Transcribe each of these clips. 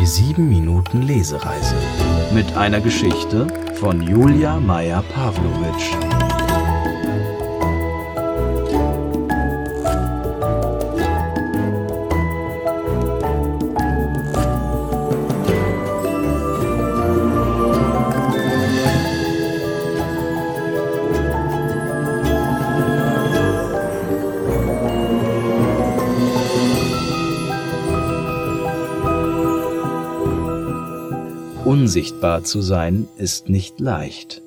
7 Minuten Lesereise mit einer Geschichte von Julia Meyer-Pawlowitsch. Unsichtbar zu sein ist nicht leicht.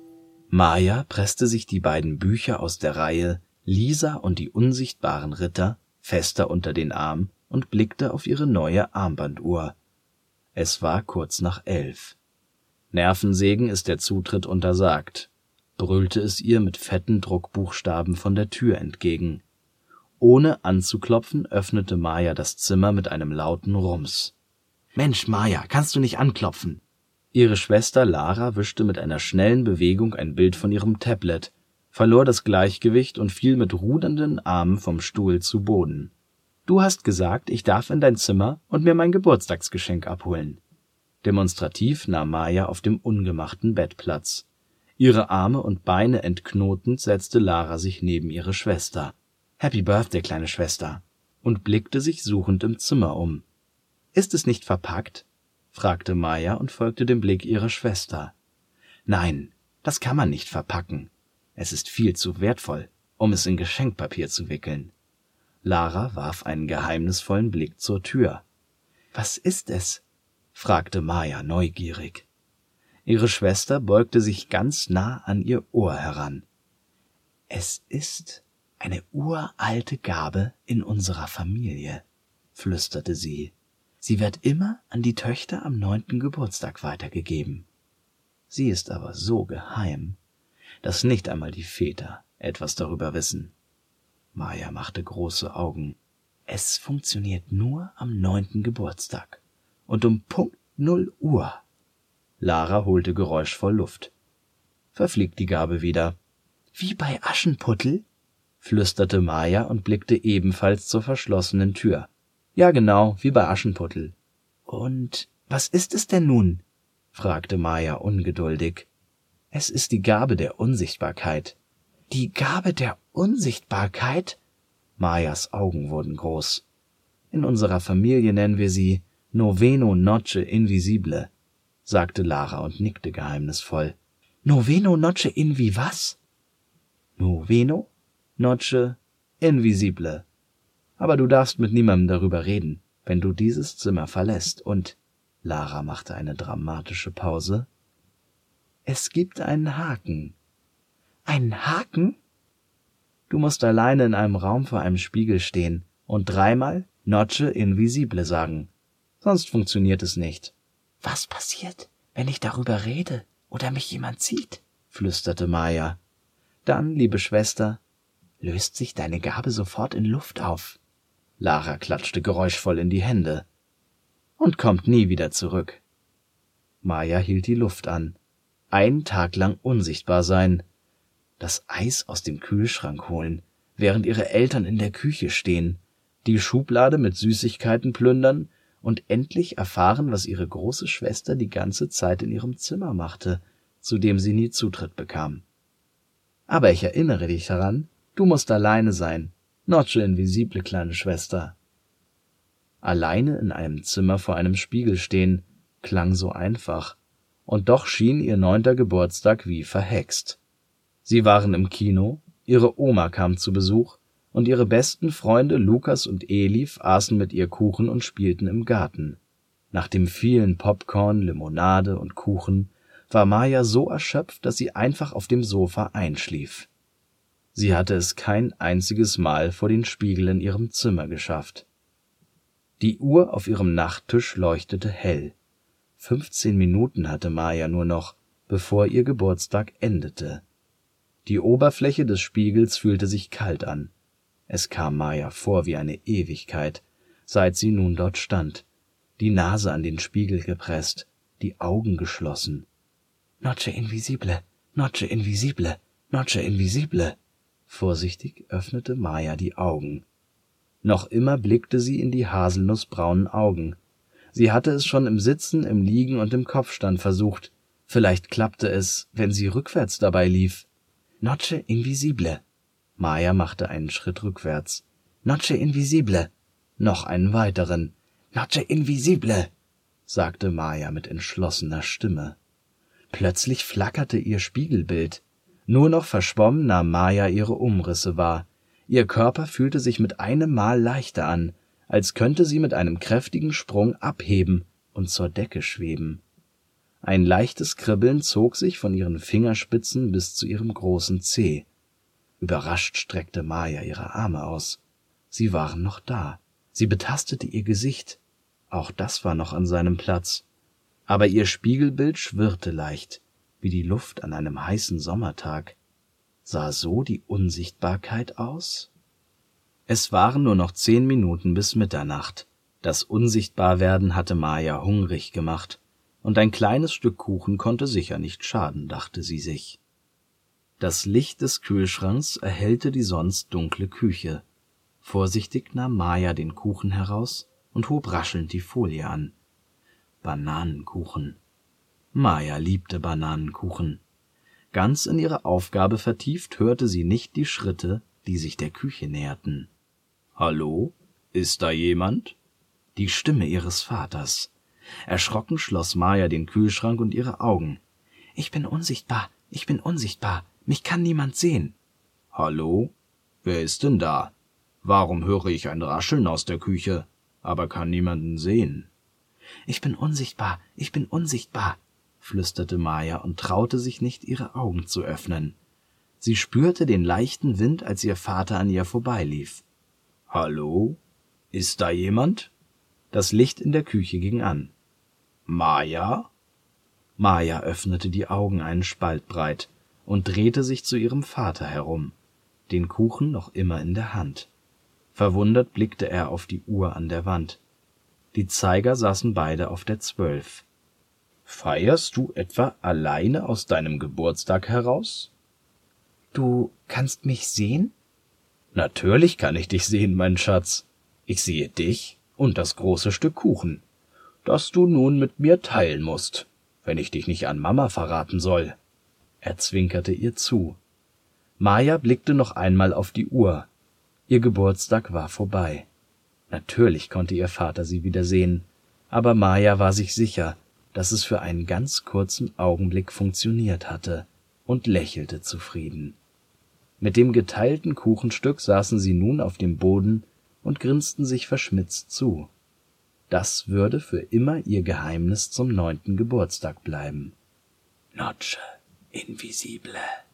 Maja presste sich die beiden Bücher aus der Reihe Lisa und die unsichtbaren Ritter fester unter den Arm und blickte auf ihre neue Armbanduhr. Es war kurz nach 11. Nervensägen ist der Zutritt untersagt, brüllte es ihr mit fetten Druckbuchstaben von der Tür entgegen. Ohne anzuklopfen, öffnete Maja das Zimmer mit einem lauten Rums. »Mensch, Maja, kannst du nicht anklopfen?« Ihre Schwester Lara wischte mit einer schnellen Bewegung ein Bild von ihrem Tablet, verlor das Gleichgewicht und fiel mit rudernden Armen vom Stuhl zu Boden. »Du hast gesagt, ich darf in dein Zimmer und mir mein Geburtstagsgeschenk abholen.« Demonstrativ nahm Maja auf dem ungemachten Bett Platz. Ihre Arme und Beine entknotend setzte Lara sich neben ihre Schwester. »Happy Birthday, kleine Schwester«, und blickte sich suchend im Zimmer um. »Ist es nicht verpackt?« fragte Maja und folgte dem Blick ihrer Schwester. »Nein, das kann man nicht verpacken. Es ist viel zu wertvoll, um es in Geschenkpapier zu wickeln.« Lara warf einen geheimnisvollen Blick zur Tür. »Was ist es?« fragte Maja neugierig. Ihre Schwester beugte sich ganz nah an ihr Ohr heran. »Es ist eine uralte Gabe in unserer Familie«, flüsterte sie. »Sie wird immer an die Töchter am 9. Geburtstag weitergegeben. Sie ist aber so geheim, dass nicht einmal die Väter etwas darüber wissen.« Maja machte große Augen. »Es funktioniert nur am 9. Geburtstag und um Punkt 0 Uhr.« Lara holte geräuschvoll Luft. »Verfliegt die Gabe wieder.« »Wie bei Aschenputtel?« flüsterte Maja und blickte ebenfalls zur verschlossenen Tür. »Ja, genau, wie bei Aschenputtel.« »Und was ist es denn nun?« fragte Maja ungeduldig. »Es ist die Gabe der Unsichtbarkeit.« »Die Gabe der Unsichtbarkeit?« Majas Augen wurden groß. »In unserer Familie nennen wir sie Noveno Noche Invisible«, sagte Lara und nickte geheimnisvoll. »Noveno Noche Invi was?« »Noveno Noche Invisible. Aber du darfst mit niemandem darüber reden, wenn du dieses Zimmer verlässt. Und« Lara machte eine dramatische Pause, »es gibt einen Haken.« »Einen Haken?« »Du musst alleine in einem Raum vor einem Spiegel stehen und 3-mal Noche Invisible sagen. Sonst funktioniert es nicht.« »Was passiert, wenn ich darüber rede oder mich jemand sieht?« flüsterte Maja. »Dann, liebe Schwester, löst sich deine Gabe sofort in Luft auf.« Lara klatschte geräuschvoll in die Hände. »Und kommt nie wieder zurück.« Maja hielt die Luft an. 1 Tag lang unsichtbar sein. Das Eis aus dem Kühlschrank holen, während ihre Eltern in der Küche stehen, die Schublade mit Süßigkeiten plündern und endlich erfahren, was ihre große Schwester die ganze Zeit in ihrem Zimmer machte, zu dem sie nie Zutritt bekam. »Aber ich erinnere dich daran, du musst alleine sein. Noche Invisible, kleine Schwester.« Alleine in einem Zimmer vor einem Spiegel stehen, klang so einfach, und doch schien ihr 9. Geburtstag wie verhext. Sie waren im Kino, ihre Oma kam zu Besuch, und ihre besten Freunde Lukas und Elif aßen mit ihr Kuchen und spielten im Garten. Nach dem vielen Popcorn, Limonade und Kuchen war Maja so erschöpft, dass sie einfach auf dem Sofa einschlief. Sie hatte es kein einziges Mal vor den Spiegel in ihrem Zimmer geschafft. Die Uhr auf ihrem Nachttisch leuchtete hell. 15 Minuten hatte Maja nur noch, bevor ihr Geburtstag endete. Die Oberfläche des Spiegels fühlte sich kalt an. Es kam Maja vor wie eine Ewigkeit, seit sie nun dort stand, die Nase an den Spiegel gepresst, die Augen geschlossen. »Noche Invisible, Noche Invisible, Noche Invisible«, Vorsichtig öffnete Maja die Augen. Noch immer blickte sie in die haselnussbraunen Augen. Sie hatte es schon im Sitzen, im Liegen und im Kopfstand versucht. Vielleicht klappte es, wenn sie rückwärts dabei lief. Noche invisible. Maya machte einen Schritt rückwärts. Noche invisible. Noch einen weiteren. Noche invisible, sagte Maya mit entschlossener Stimme. Plötzlich flackerte ihr Spiegelbild. Nur noch verschwommen nahm Maya ihre Umrisse wahr. Ihr Körper fühlte sich mit einem Mal leichter an, als könnte sie mit einem kräftigen Sprung abheben und zur Decke schweben. Ein leichtes Kribbeln zog sich von ihren Fingerspitzen bis zu ihrem großen Zeh. Überrascht streckte Maya ihre Arme aus. Sie waren noch da. Sie betastete ihr Gesicht. Auch das war noch an seinem Platz. Aber ihr Spiegelbild schwirrte leicht, wie die Luft an einem heißen Sommertag. Sah so die Unsichtbarkeit aus? Es waren nur noch 10 Minuten bis Mitternacht. Das Unsichtbarwerden hatte Maya hungrig gemacht, und ein kleines Stück Kuchen konnte sicher nicht schaden, dachte sie sich. Das Licht des Kühlschranks erhellte die sonst dunkle Küche. Vorsichtig nahm Maya den Kuchen heraus und hob raschelnd die Folie an. Bananenkuchen. Maya liebte Bananenkuchen. Ganz in ihre Aufgabe vertieft hörte sie nicht die Schritte, die sich der Küche näherten. »Hallo? Ist da jemand?« Die Stimme ihres Vaters. Erschrocken schloss Maya den Kühlschrank und ihre Augen. »Ich bin unsichtbar, mich kann niemand sehen.« »Hallo? Wer ist denn da? Warum höre ich ein Rascheln aus der Küche, aber kann niemanden sehen?« »Ich bin unsichtbar, flüsterte Maya und traute sich nicht, ihre Augen zu öffnen. Sie spürte den leichten Wind, als ihr Vater an ihr vorbeilief. »Hallo? Ist da jemand?« Das Licht in der Küche ging an. »Maya?« Maya öffnete die Augen einen Spalt breit und drehte sich zu ihrem Vater herum, den Kuchen noch immer in der Hand. Verwundert blickte er auf die Uhr an der Wand. Die Zeiger saßen beide auf der 12. »Feierst du etwa alleine aus deinem Geburtstag heraus?« »Du kannst mich sehen?« »Natürlich kann ich dich sehen, mein Schatz. Ich sehe dich und das große Stück Kuchen, das du nun mit mir teilen musst, wenn ich dich nicht an Mama verraten soll.« Er zwinkerte ihr zu. Maya blickte noch einmal auf die Uhr. Ihr Geburtstag war vorbei. Natürlich konnte ihr Vater sie wieder sehen, aber Maya war sich sicher, dass es für einen ganz kurzen Augenblick funktioniert hatte, und lächelte zufrieden. Mit dem geteilten Kuchenstück saßen sie nun auf dem Boden und grinsten sich verschmitzt zu. Das würde für immer ihr Geheimnis zum 9. Geburtstag bleiben. Noche invisible.